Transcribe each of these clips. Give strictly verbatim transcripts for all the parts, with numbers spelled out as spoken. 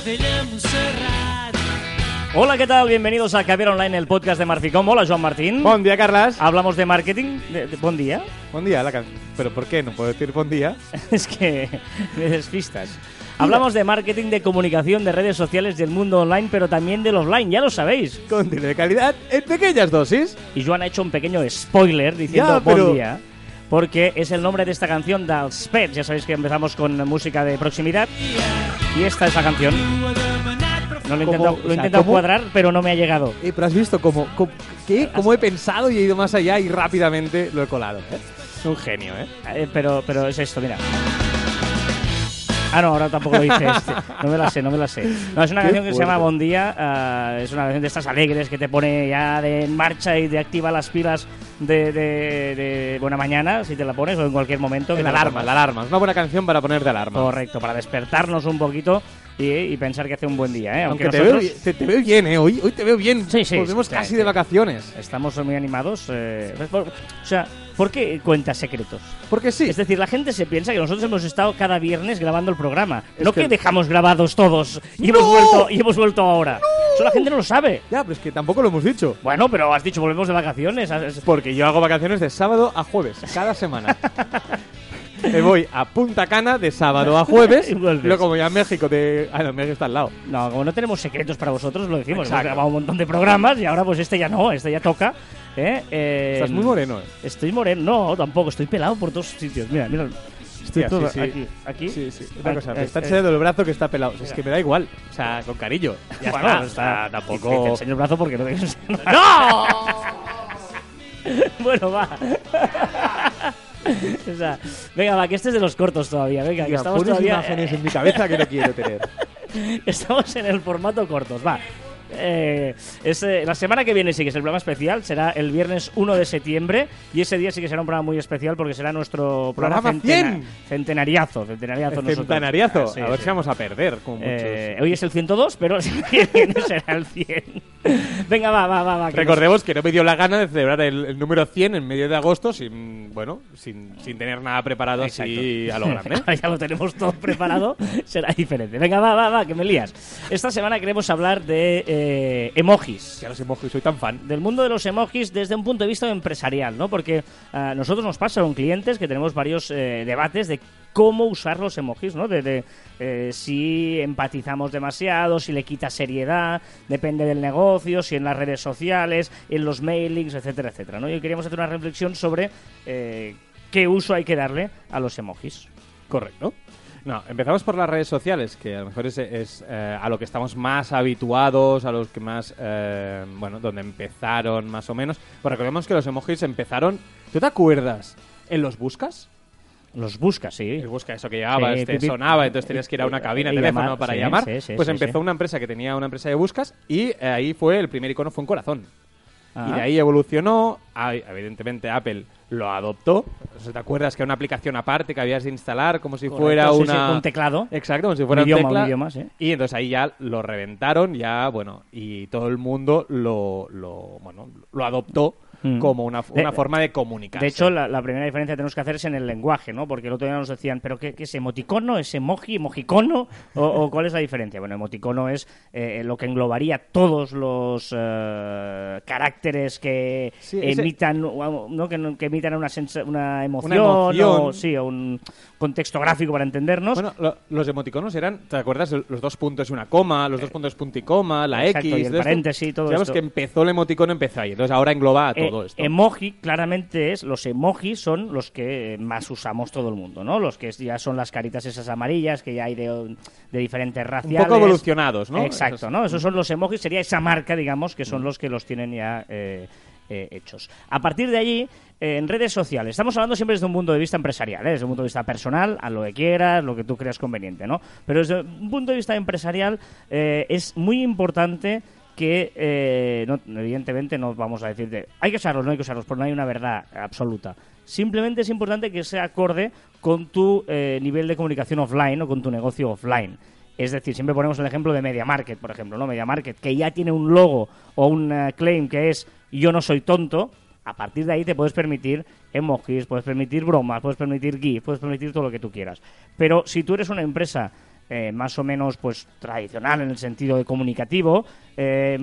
Hola, ¿qué tal? Bienvenidos a Caviar Online, el podcast de Marficom. Hola, Joan Martín. Bon día, Carlas. Hablamos de marketing. De, de, buen día. Buen día, la can... ¿Pero por qué? ¿No puedo decir buen día? Es que me despistas. Hablamos de marketing, de comunicación, de redes sociales, del mundo online, pero también del offline, ya lo sabéis. Contenido de calidad en pequeñas dosis. Y Joan ha hecho un pequeño spoiler diciendo ya, pero... buen día, porque es el nombre de esta canción dels Pets. Ya sabéis que empezamos con música de proximidad y esta es la canción. No lo he intentado, lo he intentado cuadrar, pero no me ha llegado. Eh, pero has visto cómo, cómo, ¿qué? cómo he pensado y he ido más allá y rápidamente lo he colado. ¿eh? Es un genio, ¿eh? eh pero, pero es esto, mira. Ah, no, ahora tampoco lo hice este. No me la sé, no me la sé. No, es una canción que se llama Bon Día. Uh, es una canción de estas alegres que te pone ya de en marcha y te activa las pilas de, de, de buena mañana, si te la pones, o en cualquier momento. La alarma, la alarma. Es una buena canción para poner de alarma. Correcto, para despertarnos un poquito y, y pensar que hace un buen día, ¿eh? Aunque, Aunque te, nosotros... veo, te, te veo bien, ¿eh? Hoy, hoy te veo bien. Sí, sí. Volvemos sí, casi sí. de vacaciones. Estamos muy animados. Eh... O sea... ¿Por qué cuentas secretos? Porque sí. Es decir, la gente se piensa que nosotros hemos estado cada viernes grabando el programa. Es no que... que dejamos grabados todos y, ¡No! hemos, vuelto, y hemos vuelto ahora. ¡No! Eso la gente no lo sabe. Ya, pero es que tampoco lo hemos dicho. Bueno, pero has dicho volvemos de vacaciones. Porque yo hago vacaciones de sábado a jueves, cada semana. Me voy a Punta Cana de sábado a jueves. Y luego como voy a México de... Ah, no, México está al lado. No, como no tenemos secretos para vosotros, lo decimos. Exacto. Hemos grabado un montón de programas y ahora pues este ya no, este ya toca. ¿eh? Eh, Estás muy moreno, ¿eh? Estoy moreno. No, tampoco. Estoy pelado por dos sitios. Mira, mira. Estoy Hostia, todo sí, sí. aquí. Aquí. Sí, sí. Una cosa, eh, me está eh, enseñando el brazo que está pelado. O sea, es que me da igual. O sea, con cariño. Ya bueno, está. está, está tampoco... Te, te enseño el brazo porque no te enseñar. ¡No! Bueno, va. O sea, venga, va, que este es de los cortos todavía. Venga, que estamos todavía... imágenes en mi cabeza que no quiero tener. Estamos en el formato cortos, va. Eh, es, eh, la semana que viene sí que es el programa especial, será el viernes uno de septiembre y ese día sí que será un programa muy especial porque será nuestro programa, programa centena- cien. centenariazo centenariazo, El centenariazo, nosotros. Ah, sí, a ver sí. si vamos a perder con muchos. Eh, hoy es el ciento dos, pero el que viene será el cien. Venga, va, va, va, va que Recordemos nos... que no me dio la gana de celebrar el, el número cien en medio de agosto sin, bueno, sin, sin tener nada preparado. Exacto. Así a lo grande. Ahora ya lo tenemos todo preparado, será diferente. Venga, va, va, va, que me lías. Esta semana queremos hablar de eh, emojis. Ya los emojis, soy tan fan. Del mundo de los emojis desde un punto de vista empresarial, ¿no? Porque a nosotros nos pasa con clientes que tenemos varios eh, debates de cómo usar los emojis, ¿no? De, de eh, si empatizamos demasiado, si le quita seriedad, depende del negocio, si en las redes sociales, en los mailings, etcétera, etcétera, ¿no? Y queríamos hacer una reflexión sobre eh, qué uso hay que darle a los emojis. Correcto. No, empezamos por las redes sociales, que a lo mejor es, es eh, a lo que estamos más habituados, a los que más, eh, bueno, donde empezaron más o menos. Pues recordemos que los emojis empezaron... ¿Tú te acuerdas en los buscas? Los buscas, sí. El busca, eso que llevabas, Sí, te pi, pi, sonaba, entonces tenías que ir a una cabina de teléfono llamar, para sí, llamar. sí, sí, pues sí, empezó sí. una empresa que tenía una empresa de buscas y eh, ahí fue, el primer icono fue un corazón. Ah. Y de ahí evolucionó, ahí, evidentemente Apple lo adoptó. ¿Te acuerdas que era una aplicación aparte que habías de instalar como si Correcto, fuera sí, una... sí, un teclado. Exacto, como si fuera un un, idioma, tecla. un idioma, sí. Y entonces ahí ya lo reventaron, ya, bueno, y todo el mundo lo, lo, bueno, lo adoptó mm. como una, una de, forma de comunicarse. De hecho, la, la primera diferencia que tenemos que hacer es en el lenguaje, ¿no? Porque el otro día nos decían, ¿pero qué, qué es emoticono? ¿Es emoji? ¿Emojicono? ¿O, o cuál es la diferencia? Bueno, emoticono es eh, lo que englobaría todos los eh, caracteres que sí, ese... emitan, ¿no? Que, que emitan una, sensa, una emoción, una emoción. O, sí, o un contexto gráfico para entendernos. Bueno, lo, los emoticonos eran, ¿te acuerdas? Los dos puntos y una coma, los dos puntos punto y coma, la Exacto, X... y el paréntesis y todo Digamos esto. que empezó el emoticono, empezó ahí. Entonces ahora engloba a todo eh, esto. Emoji, claramente es, los emojis son los que más usamos todo el mundo, ¿no? Los que ya son las caritas esas amarillas que ya hay de, de diferentes raciales. Un poco evolucionados, ¿no? Exacto, Esos... ¿no? Esos son los emojis, sería esa marca, digamos, que son mm. los que los tienen ya eh, eh, hechos. A partir de allí, eh, en redes sociales, estamos hablando siempre desde un punto de vista empresarial, ¿eh? Desde un punto de vista personal, a lo que quieras, lo que tú creas conveniente, ¿no? Pero desde un punto de vista empresarial eh, es muy importante que eh, no, evidentemente no vamos a decir de hay que usarlos, no hay que usarlos, porque no hay una verdad absoluta. Simplemente es importante que sea acorde con tu eh, nivel de comunicación offline o con tu negocio offline. Es decir, siempre ponemos el ejemplo de MediaMarket, por ejemplo, ¿no? MediaMarket, que ya tiene un logo o un uh, claim que es yo no soy tonto. A partir de ahí te puedes permitir emojis, puedes permitir bromas, puedes permitir GIF, puedes permitir todo lo que tú quieras. Pero si tú eres una empresa eh, más o menos pues tradicional en el sentido de comunicativo, eh,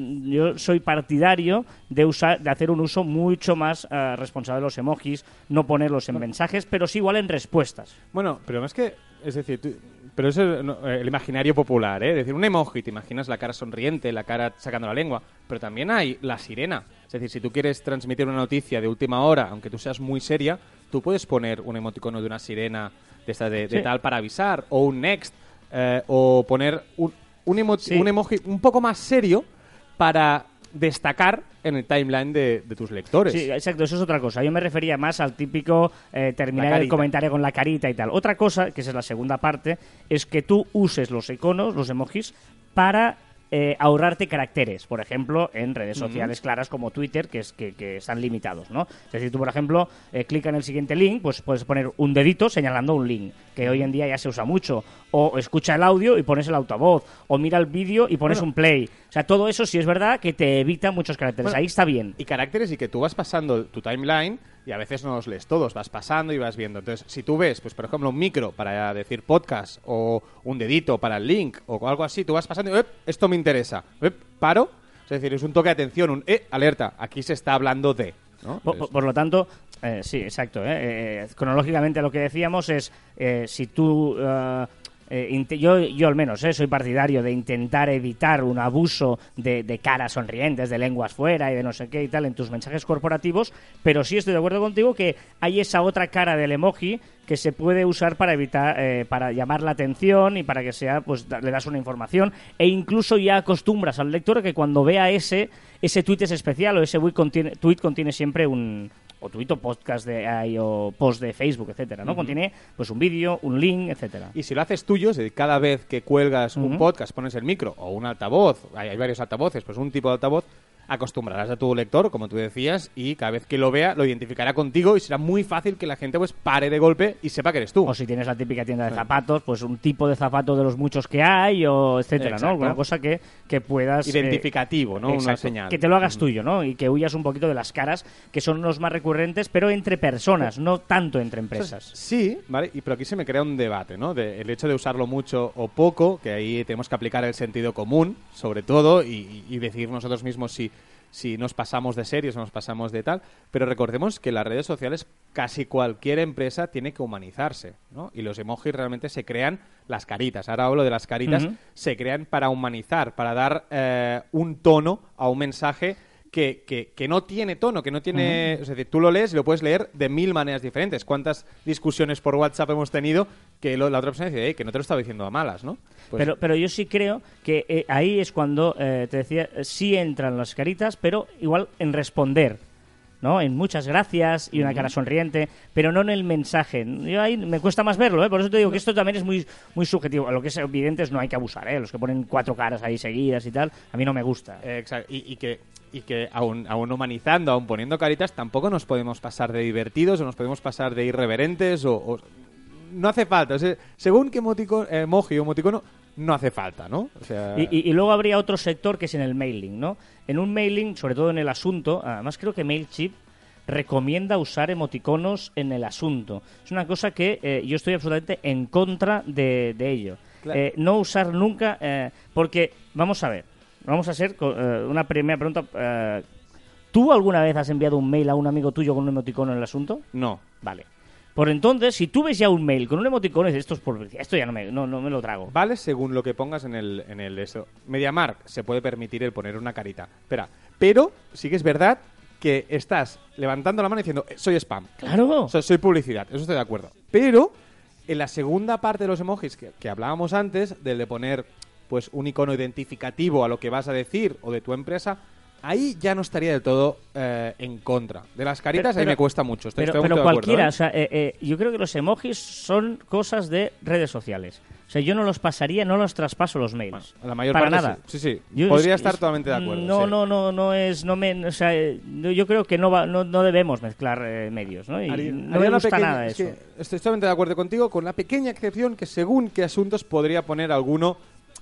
yo soy partidario de usar, de hacer un uso mucho más eh, responsable de los emojis, no ponerlos en mensajes, pero sí igual en respuestas. Bueno, pero más que, es decir, tú, pero eso es no, el imaginario popular, ¿eh? Es decir, un emoji, te imaginas la cara sonriente, la cara sacando la lengua, pero también hay la sirena. Es decir, si tú quieres transmitir una noticia de última hora, aunque tú seas muy seria, tú puedes poner un emoticono de una sirena de, esta de, de sí. tal para avisar, o un next, eh, o poner un, un, emo sí. un emoji un poco más serio para destacar en el timeline de, de tus lectores. Sí, exacto, eso es otra cosa. Yo me refería más al típico eh, terminar el comentario con la carita y tal. Otra cosa, que esa es la segunda parte, es que tú uses los iconos, los emojis, para eh, ahorrarte caracteres. Por ejemplo, en redes sociales uh-huh. claras como Twitter, que, es, que, que están limitados, ¿no? Es decir, tú, por ejemplo, eh, clica en el siguiente link, pues puedes poner un dedito señalando un link, que hoy en día ya se usa mucho. O escucha el audio y pones el altavoz. O mira el vídeo y pones bueno, un play. O sea, todo eso sí es verdad que te evita muchos caracteres. Bueno, ahí está bien. Y caracteres y que tú vas pasando tu timeline y a veces no los lees todos. Vas pasando y vas viendo. Entonces, si tú ves, pues por ejemplo, un micro para decir podcast o un dedito para el link o algo así, tú vas pasando y ¡ep! Esto me interesa. ¡Ep! Paro. Es decir, es un toque de atención, un ¡eh! Alerta. Aquí se está hablando de... ¿no? Por, por, por lo tanto, eh, sí, exacto. ¿eh? Eh, cronológicamente lo que decíamos es, eh, si tú... Uh, Eh, yo, yo al menos eh, soy partidario de intentar evitar un abuso de, de caras sonrientes, de lenguas fuera y de no sé qué y tal en tus mensajes corporativos, pero sí estoy de acuerdo contigo que hay esa otra cara del emoji que se puede usar para evitar, eh, para llamar la atención y para que sea, pues le das una información e incluso ya acostumbras al lector que cuando vea ese, ese tuit es especial o ese tuit contiene, tuit contiene siempre un... o tuit o podcast de ay, o post de Facebook, etcétera, ¿no? Uh-huh. Contiene pues un vídeo, un link, etcétera. Y si lo haces tuyo, es decir, cada vez que cuelgas uh-huh. un podcast, pones el micro o un altavoz, hay, hay varios altavoces, pues un tipo de altavoz, acostumbrarás a tu lector, como tú decías, y cada vez que lo vea lo identificará contigo y será muy fácil que la gente pues pare de golpe y sepa que eres tú. O si tienes la típica tienda de sí. zapatos, pues un tipo de zapato de los muchos que hay, o etcétera, exacto. ¿no? Alguna cosa que, que puedas... Identificativo, eh, ¿no? Exacto, una señal. Que te lo hagas uh-huh. tuyo, ¿no? Y que huyas un poquito de las caras, que son los más recurrentes, pero entre personas, no tanto entre empresas. O sea, sí, ¿vale? Y pero aquí se me crea un debate, ¿no? De el hecho de usarlo mucho o poco, que ahí tenemos que aplicar el sentido común, sobre todo, y, y decir nosotros mismos si... si nos pasamos de series o nos pasamos de tal, pero recordemos que en las redes sociales casi cualquier empresa tiene que humanizarse, ¿no? Y los emojis realmente se crean, las caritas, ahora hablo de las caritas, uh-huh. se crean para humanizar, para dar eh, un tono a un mensaje que, que, que no tiene tono, que no tiene... Uh-huh. Es decir, tú lo lees y lo puedes leer de mil maneras diferentes. ¿Cuántas discusiones por WhatsApp hemos tenido que lo, la otra persona dice, hey, que no te lo estaba diciendo a malas, ¿no? Pues... Pero, pero yo sí creo que eh, ahí es cuando, eh, te decía, sí entran las caritas, pero igual en responder, ¿no? En muchas gracias y una uh-huh. cara sonriente, pero no en el mensaje. Yo ahí me cuesta más verlo, ¿eh? Por eso te digo que esto también es muy muy subjetivo. Lo que es evidente es no hay que abusar, ¿eh? Los que ponen cuatro caras ahí seguidas y tal, a mí no me gusta. Eh, exacto. Y, y que y que aún, aún humanizando, aún poniendo caritas, tampoco nos podemos pasar de divertidos o nos podemos pasar de irreverentes o... o... No hace falta. O sea, según qué emoticono, emoji o emoticono, no hace falta, ¿no? O sea... y, y, y luego habría otro sector que es en el mailing, ¿no? En un mailing, sobre todo en el asunto, además creo que MailChimp recomienda usar emoticonos en el asunto. Es una cosa que eh, yo estoy absolutamente en contra de, de ello. Claro. Eh, no usar nunca, eh, porque, vamos a ver, vamos a hacer uh, una primera pregunta. Uh, ¿Tú alguna vez has enviado un mail a un amigo tuyo con un emoticono en el asunto? No. Vale. Por entonces, si tú ves ya un mail con un emoticono y dices, esto es publicidad, esto ya no me, no, no me lo trago. Vale, según lo que pongas en el, en el eso. MediaMarkt se puede permitir el poner una carita. Espera, pero sí que es verdad que estás levantando la mano diciendo, soy spam. Claro. Soy, soy publicidad, eso estoy de acuerdo. Pero en la segunda parte de los emojis que, que hablábamos antes, del de poner pues un icono identificativo a lo que vas a decir o de tu empresa, ahí ya no estaría del todo eh, en contra. De las caritas, pero, pero, ahí me cuesta mucho. Estoy, pero estoy pero de cualquiera, acuerdo, ¿eh? o sea, eh, eh, yo creo que los emojis son cosas de redes sociales. O sea, yo no los pasaría, no los traspaso los mails. Bueno, la mayor para parte nada. Sí, sí. sí. Yo, Podría es, estar es, totalmente de acuerdo. No, sí. no, no, no es, no me, o sea, yo creo que no va, no, no debemos mezclar eh, medios, ¿no? Y Haría, no me gusta pequeña, nada es eso. Que estoy totalmente de acuerdo contigo, con la pequeña excepción que según qué asuntos podría poner alguno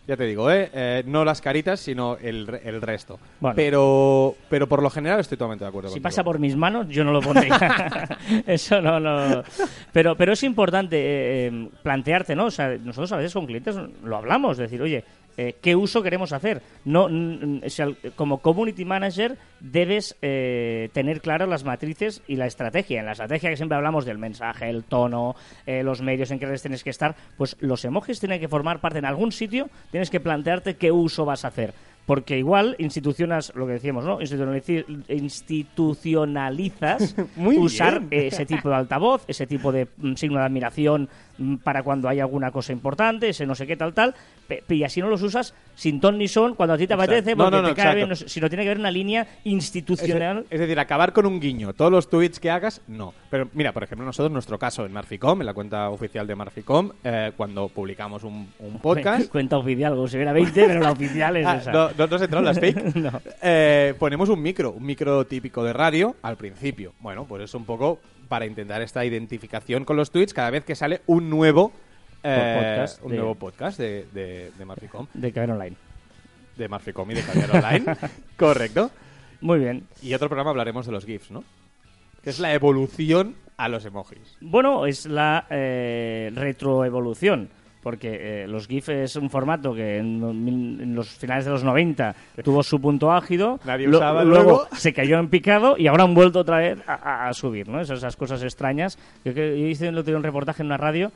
ya te digo, ¿eh? eh no las caritas, sino el, el resto. Bueno. Pero pero por lo general estoy totalmente de acuerdo Si contigo. pasa por mis manos, yo no lo pondría. Eso no, no. Pero, pero es importante eh, plantearte, ¿no? O sea, nosotros a veces con clientes lo hablamos, decir, oye, eh, ¿qué uso queremos hacer? No, n- o sea, como community manager debes eh, tener claras las matrices y la estrategia. En la estrategia que siempre hablamos del mensaje, el tono, eh, los medios en que redes tienes que estar, pues los emojis tienen que formar parte en algún sitio, tienes que plantearte qué uso vas a hacer. Porque igual institucionas, lo que decíamos, ¿no? Institucionalici- institucionalizas Muy usar bien. eh, ese tipo de altavoz, ese tipo de mm, signo de admiración mm, para cuando hay alguna cosa importante, ese no sé qué tal, tal, pe- y así no los usas sin ton ni son cuando a ti te Exacto. apetece, No, porque no, no, te cae exacto. bien, no sé, sino tiene que haber una línea institucional. Es, de- es decir, acabar con un guiño. Todos los tweets que hagas, no. Pero mira, por ejemplo, nosotros, nuestro caso en Marficom, en la cuenta oficial de Marficom, eh, cuando publicamos un, un podcast... Cuenta oficial, como si hubiera veinte, pero la oficial es Ah, esa. no, no, no se entraron las fake. No. Eh, ponemos un micro, un micro típico de radio al principio. Bueno, pues es un poco para intentar esta identificación con los tweets cada vez que sale un nuevo eh, podcast un de- nuevo podcast de, de, de Marficom. De caber online. De Marficom y de Caviar Online. Correcto. Muy bien. Y otro programa hablaremos de los GIFs, ¿no? Que es la evolución a los emojis. Bueno, es la eh, retroevolución, porque eh, los GIF es un formato que en, en los finales de los noventa tuvo su punto álgido, Nadie lo- usaba, luego luego. se cayó en picado y ahora han vuelto otra vez a, a- a subir, ¿no? Esas, esas cosas extrañas. Yo, que- yo hice el otro día un reportaje en una radio,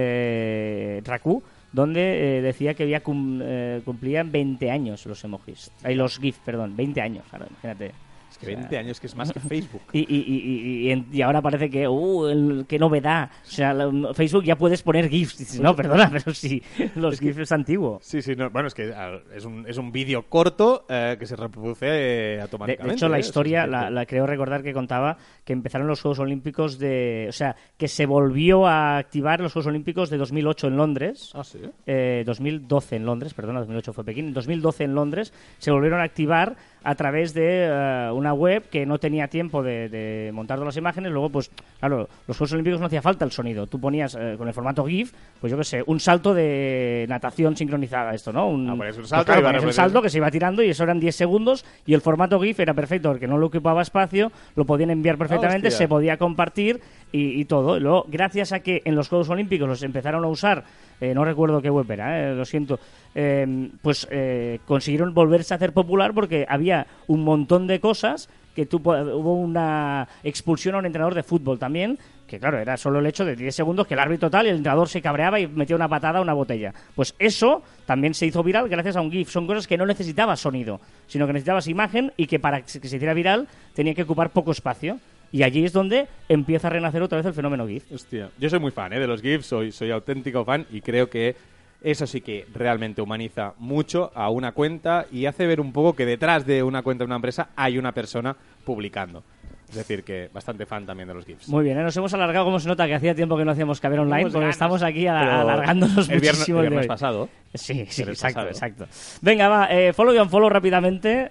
eh, Raku, donde eh, decía que había cum- eh, cumplían veinte años los emojis. Ay, los GIF, perdón, veinte años, claro, imagínate. Es que veinte años, que es más que Facebook. Y, y, y, y, y en- y ahora parece que, uh, el- qué novedad. O sea, la- Facebook ya puedes poner GIFs. Dices, no, perdona, pero sí, los GIFs es antiguo. Sí, sí, no, bueno, es que a- es un, es un vídeo corto eh, que se reproduce eh, De, automáticamente. de hecho, la ¿eh? historia, Eso es la, cierto. la creo recordar que contaba que empezaron los Juegos Olímpicos de... O sea, que se volvió a activar los Juegos Olímpicos de dos mil ocho en Londres. Ah, sí. Eh, dos mil doce en Londres, perdona, dos mil ocho fue Pekín. En dos mil doce en Londres se volvieron a activar a través de eh, una web que no tenía tiempo de, de montar todas las imágenes. Luego, pues, claro, los Juegos Olímpicos no hacía falta el sonido. Tú ponías eh, con el formato GIF, pues yo qué sé, un salto de natación sincronizada, esto, ¿no? Un, Ah, ponías un pues salto claro, y iba ponías el reproduciendo. salto que se iba tirando y eso eran diez segundos y el formato GIF era perfecto porque no lo ocupaba espacio, lo podían enviar perfectamente, Hostia. se podía compartir y, y todo. Y luego, gracias a que en los Juegos Olímpicos los empezaron a usar, eh, no recuerdo qué web era, eh, lo siento, eh, pues eh, consiguieron volverse a hacer popular porque había un montón de cosas que tú, po- hubo una expulsión a un entrenador de fútbol también, que claro, era solo el hecho de diez segundos que el árbitro tal y el entrenador se cabreaba y metía una patada a una botella. Pues eso también se hizo viral gracias a un GIF. Son cosas que no necesitabas sonido, sino que necesitabas imagen y que para que se que se hiciera viral tenía que ocupar poco espacio. Y allí es donde empieza a renacer otra vez el fenómeno GIF. Hostia. Yo soy muy fan ¿eh? de los GIFs, soy, soy auténtico fan y creo que eso sí que realmente humaniza mucho a una cuenta y hace ver un poco que detrás de una cuenta de una empresa hay una persona publicando. Es decir, que bastante fan también de los GIFs. Muy bien, ¿eh? Nos hemos alargado, como se nota que hacía tiempo que no hacíamos Caber Online, Tenemos porque ganas. estamos aquí a- Pero alargándonos el viernes, muchísimo el el de viernes hoy. pasado. Sí, sí, el exacto, pasado. exacto. Venga, va, eh, follow y unfollow rápidamente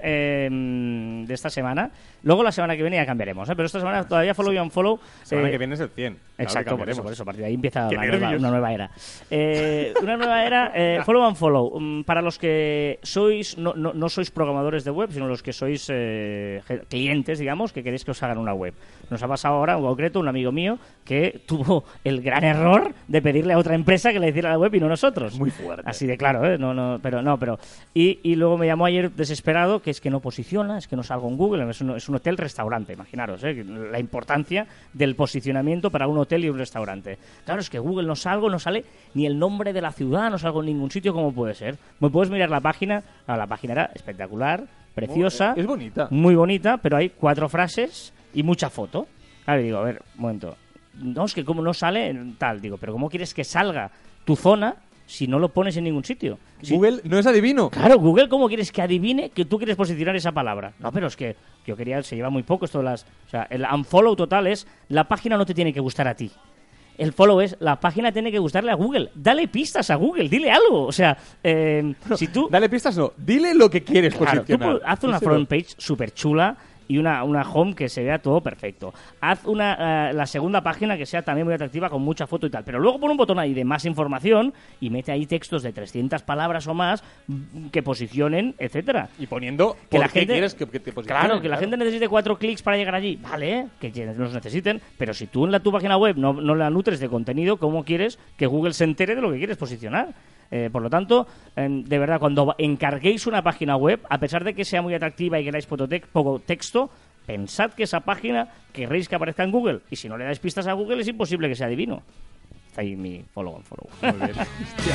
eh, de esta semana. Luego la semana que viene ya cambiaremos, ¿eh? Pero esta semana todavía follow y unfollow. La semana eh, que viene es el cien. Claro que Exacto, por eso, cambiaremos. por eso. A partir de ahí empieza Qué una nueva, nervios. una nueva era. Eh, una nueva era, eh, follow and follow. Mm, Para los que sois, no, no, no sois programadores de web, sino los que sois eh, ge- clientes, digamos, que queréis que os hagan una web. Nos ha pasado ahora, en concreto, un amigo mío que tuvo el gran error de pedirle a otra empresa que le hiciera la web y no nosotros. Muy fuerte. Así de claro, ¿eh? No, no, pero no, pero... Y, y luego me llamó ayer desesperado, que es que no posiciona, es que no salgo en Google, es un, es un hotel-restaurante, imaginaros, ¿eh? La importancia del posicionamiento para un hotel y un restaurante. Claro, es que Google no salgo, no sale ni el nombre de la ciudad, no salgo en ningún sitio, ¿cómo puede ser? ¿Me puedes mirar la página? Ah, la página era espectacular, preciosa, Es bonita. muy bonita, pero hay cuatro frases y mucha foto. Ahora digo, a ver, un momento. No, es que como no sale tal, digo, pero ¿cómo quieres que salga tu zona si no lo pones en ningún sitio? Si- Google no es adivino. Claro, Google, ¿cómo quieres que adivine que tú quieres posicionar esa palabra? No, pero es que yo quería, se lleva muy poco esto de las... O sea, el unfollow total es, la página no te tiene que gustar a ti. El follow es, la página tiene que gustarle a Google. Dale pistas a Google, dile algo. O sea, eh, si tú... Dale pistas, no. Dile lo que quieres Claro, tú posicionar. pu- haz una Díselo. front page súper chula y una, una home que se vea todo perfecto. Haz una uh, la segunda página que sea también muy atractiva con mucha foto y tal. Pero luego pon un botón ahí de más información y mete ahí textos de trescientas palabras o más que posicionen, etcétera. Y poniendo que por la qué gente, quieres que, que te posicionen. Claro, que claro. la gente necesite cuatro clics para llegar allí. Vale, que los necesiten. Pero si tú en la tu página web no, no la nutres de contenido, ¿cómo quieres que Google se entere de lo que quieres posicionar? Eh, por lo tanto, eh, de verdad, cuando encarguéis una página web, a pesar de que sea muy atractiva y queráis poco texto, pensad que esa página querréis que aparezca en Google. Y si no le dais pistas a Google, es imposible que sea divino. Está ahí mi follow and follow. Muy bien.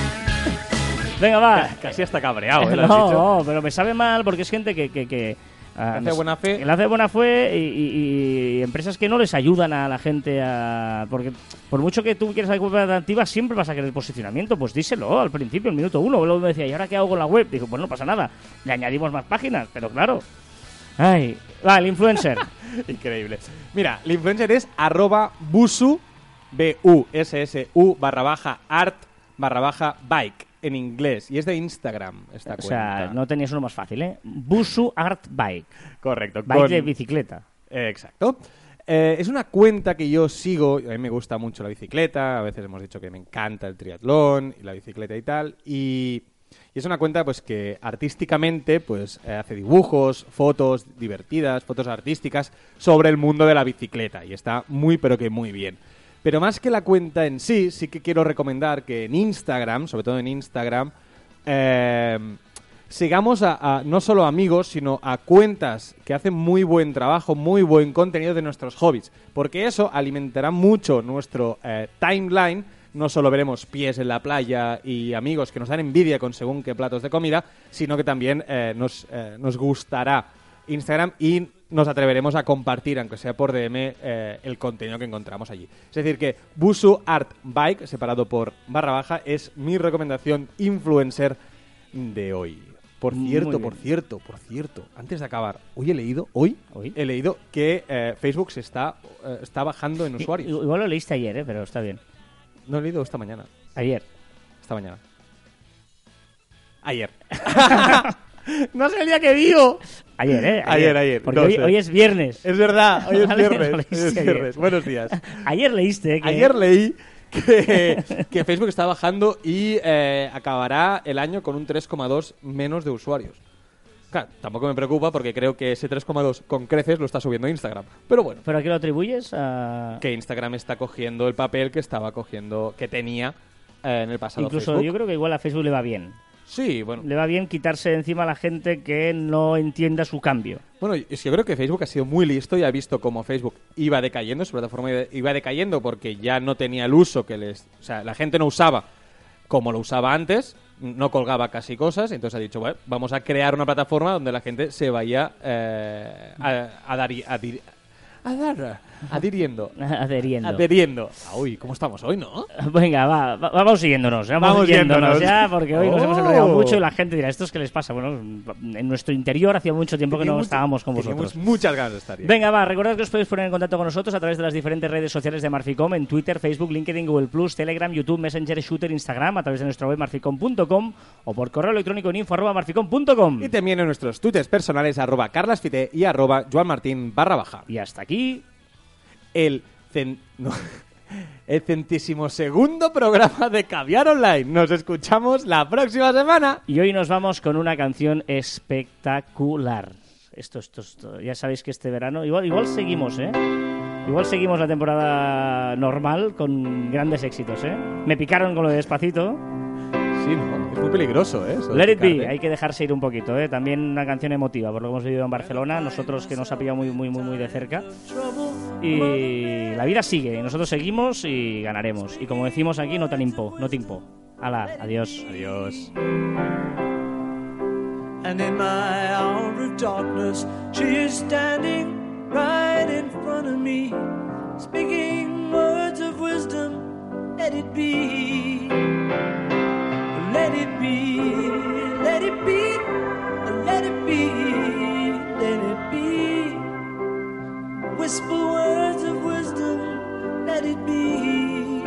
Venga, va. Casi hasta cabreado, ¿eh? ¿Lo no, has dicho? no, pero me sabe mal porque es gente que... que, que uh, hace buena fe. Que hace buena fe y, y, y empresas que no les ayudan a la gente a... Porque por mucho que tú quieras la web atractiva, siempre vas a querer posicionamiento. Pues díselo al principio, el minuto uno. Luego me decía, ¿y ahora qué hago con la web? Digo, pues no pasa nada. Le añadimos más páginas, pero claro... Ay, va, el influencer. Increíble. Mira, el influencer es arroba busu, B U S S U barra baja art barra baja bike en inglés. Y es de Instagram esta o cuenta. O sea, no tenías uno más fácil, ¿eh? Busu Art Bike. Correcto. Bike con... de bicicleta. Eh, exacto. Eh, es una cuenta que yo sigo. A mí me gusta mucho la bicicleta. A veces hemos dicho que me encanta el triatlón y la bicicleta y tal. Y... Y es una cuenta pues que artísticamente pues eh, hace dibujos, fotos divertidas, fotos artísticas sobre el mundo de la bicicleta. Y está muy, pero que muy bien. Pero más que la cuenta en sí, sí que quiero recomendar que en Instagram, sobre todo en Instagram, eh, sigamos a, a no solo amigos, sino a cuentas que hacen muy buen trabajo, muy buen contenido de nuestros hobbies. Porque eso alimentará mucho nuestro eh, timeline. No solo veremos pies en la playa y amigos que nos dan envidia con según qué platos de comida, sino que también eh, nos, eh, nos gustará Instagram y nos atreveremos a compartir, aunque sea por D M, eh, el contenido que encontramos allí. Es decir que Busu Art Bike, separado por barra baja, es mi recomendación influencer de hoy. Por cierto, por cierto, por cierto, antes de acabar, hoy he leído, hoy, ¿Hoy? he leído que eh, Facebook se está, eh, está bajando en usuarios. I- igual lo leíste ayer, ¿eh? Pero está bien. No he leído esta mañana. Ayer. Esta mañana. Ayer. No sé el día que digo. Ayer, ¿eh? Ayer, ayer. Porque No hoy, sé. hoy es viernes. Es verdad, hoy es Vale, viernes. lo Hoy leíste es viernes. ayer. Buenos días. Ayer leíste que... Ayer leí que, que Facebook está bajando y eh, acabará el año con un tres coma dos menos de usuarios. Claro, tampoco me preocupa porque creo que ese tres coma dos con creces lo está subiendo Instagram. Pero bueno. ¿Pero a qué lo atribuyes? A... Que Instagram está cogiendo el papel que estaba cogiendo, que tenía eh, en el pasado Incluso Facebook. yo creo que igual a Facebook le va bien. Sí, bueno. Le va bien quitarse de encima a la gente que no entienda su cambio. Bueno, es que yo creo que Facebook ha sido muy listo y ha visto cómo Facebook iba decayendo, su plataforma iba decayendo porque ya no tenía el uso que les... O sea, la gente no usaba como lo usaba antes, no colgaba casi cosas, entonces ha dicho, bueno, vamos a crear una plataforma donde la gente se vaya eh, a, a dar... A dir, a dar... Adhiriendo. Adheriendo. Adheriendo. Ah, uy, ¿cómo estamos hoy, no? Venga, va, va- vamos siguiéndonos. Vamos, Vamos yéndonos yéndonos. ya, porque hoy nos Oh. hemos enrollado mucho y la gente dirá, ¿esto es qué les pasa? Bueno, en nuestro interior hacía mucho tiempo que no Teníamos- estábamos con vosotros. Teníamos muchas ganas de estar. ya. Venga, va, recordad que os podéis poner en contacto con nosotros a través de las diferentes redes sociales de Marficom, en Twitter, Facebook, LinkedIn, Google Plus, Telegram, YouTube, Messenger, Shooter, Instagram, a través de nuestra web marficom punto com o por correo electrónico en info arroba marficom punto com. Y también en nuestros twitters personales, arroba carlasfite y arroba joanmartin barra baja. Y hasta aquí... El, cen- no, el centésimo segundo programa de Caviar Online. Nos escuchamos la próxima semana. Y hoy nos vamos con una canción espectacular. Esto, esto, esto. Ya sabéis que este verano... Igual, igual seguimos, ¿eh? Igual seguimos la temporada normal con grandes éxitos, ¿eh? Me picaron con lo de Despacito. Sí, no, es muy peligroso, ¿eh? eso de Let it be, picarte. hay que dejarse ir un poquito, ¿eh? También una canción emotiva, por lo que hemos vivido en Barcelona, nosotros que nos ha pillado muy, muy, muy, muy de cerca. Y la vida sigue, y nosotros seguimos y ganaremos. Y como decimos aquí, no tan impo, no te impo. Hala, adiós. Adiós. And in my hour of darkness, she is standing right in front of me, speaking words of wisdom. Let it be, let it be, let it be, let it be, let it be. Whisper words of wisdom, let it be.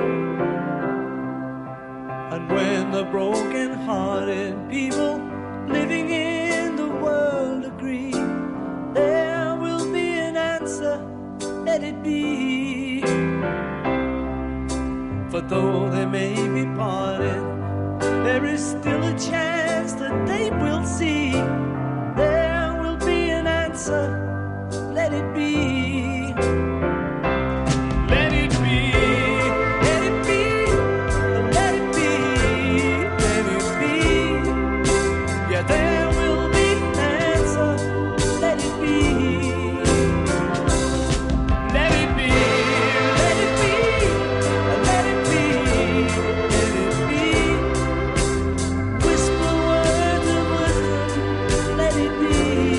And when the broken-hearted people living in the world agree, there will be still a chance that they will see. There will be an answer. Let it be. Let it be. Let it be. Let it be. Let it be. Yeah, there will be an answer. Let it be. Let it be. Let it be. Let it be. Let it be. Whisper words of wisdom. Let it be.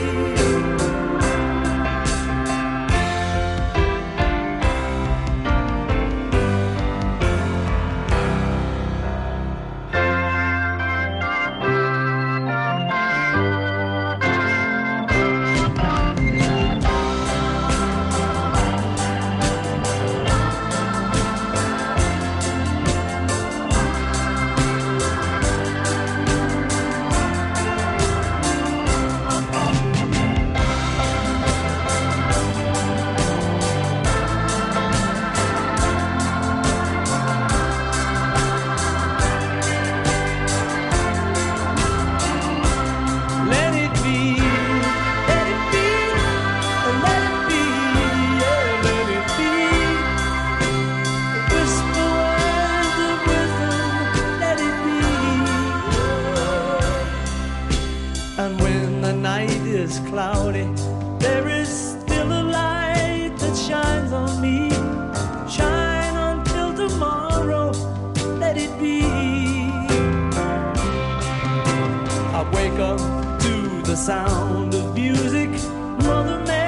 Let it be, let it be, let it be, yeah, let it be. Whisper words of wisdom, let it be. And when the night is cloudy, there is still a light that shines on me. Shine until tomorrow, let it be. I wake up to the sound of music. Mother Mary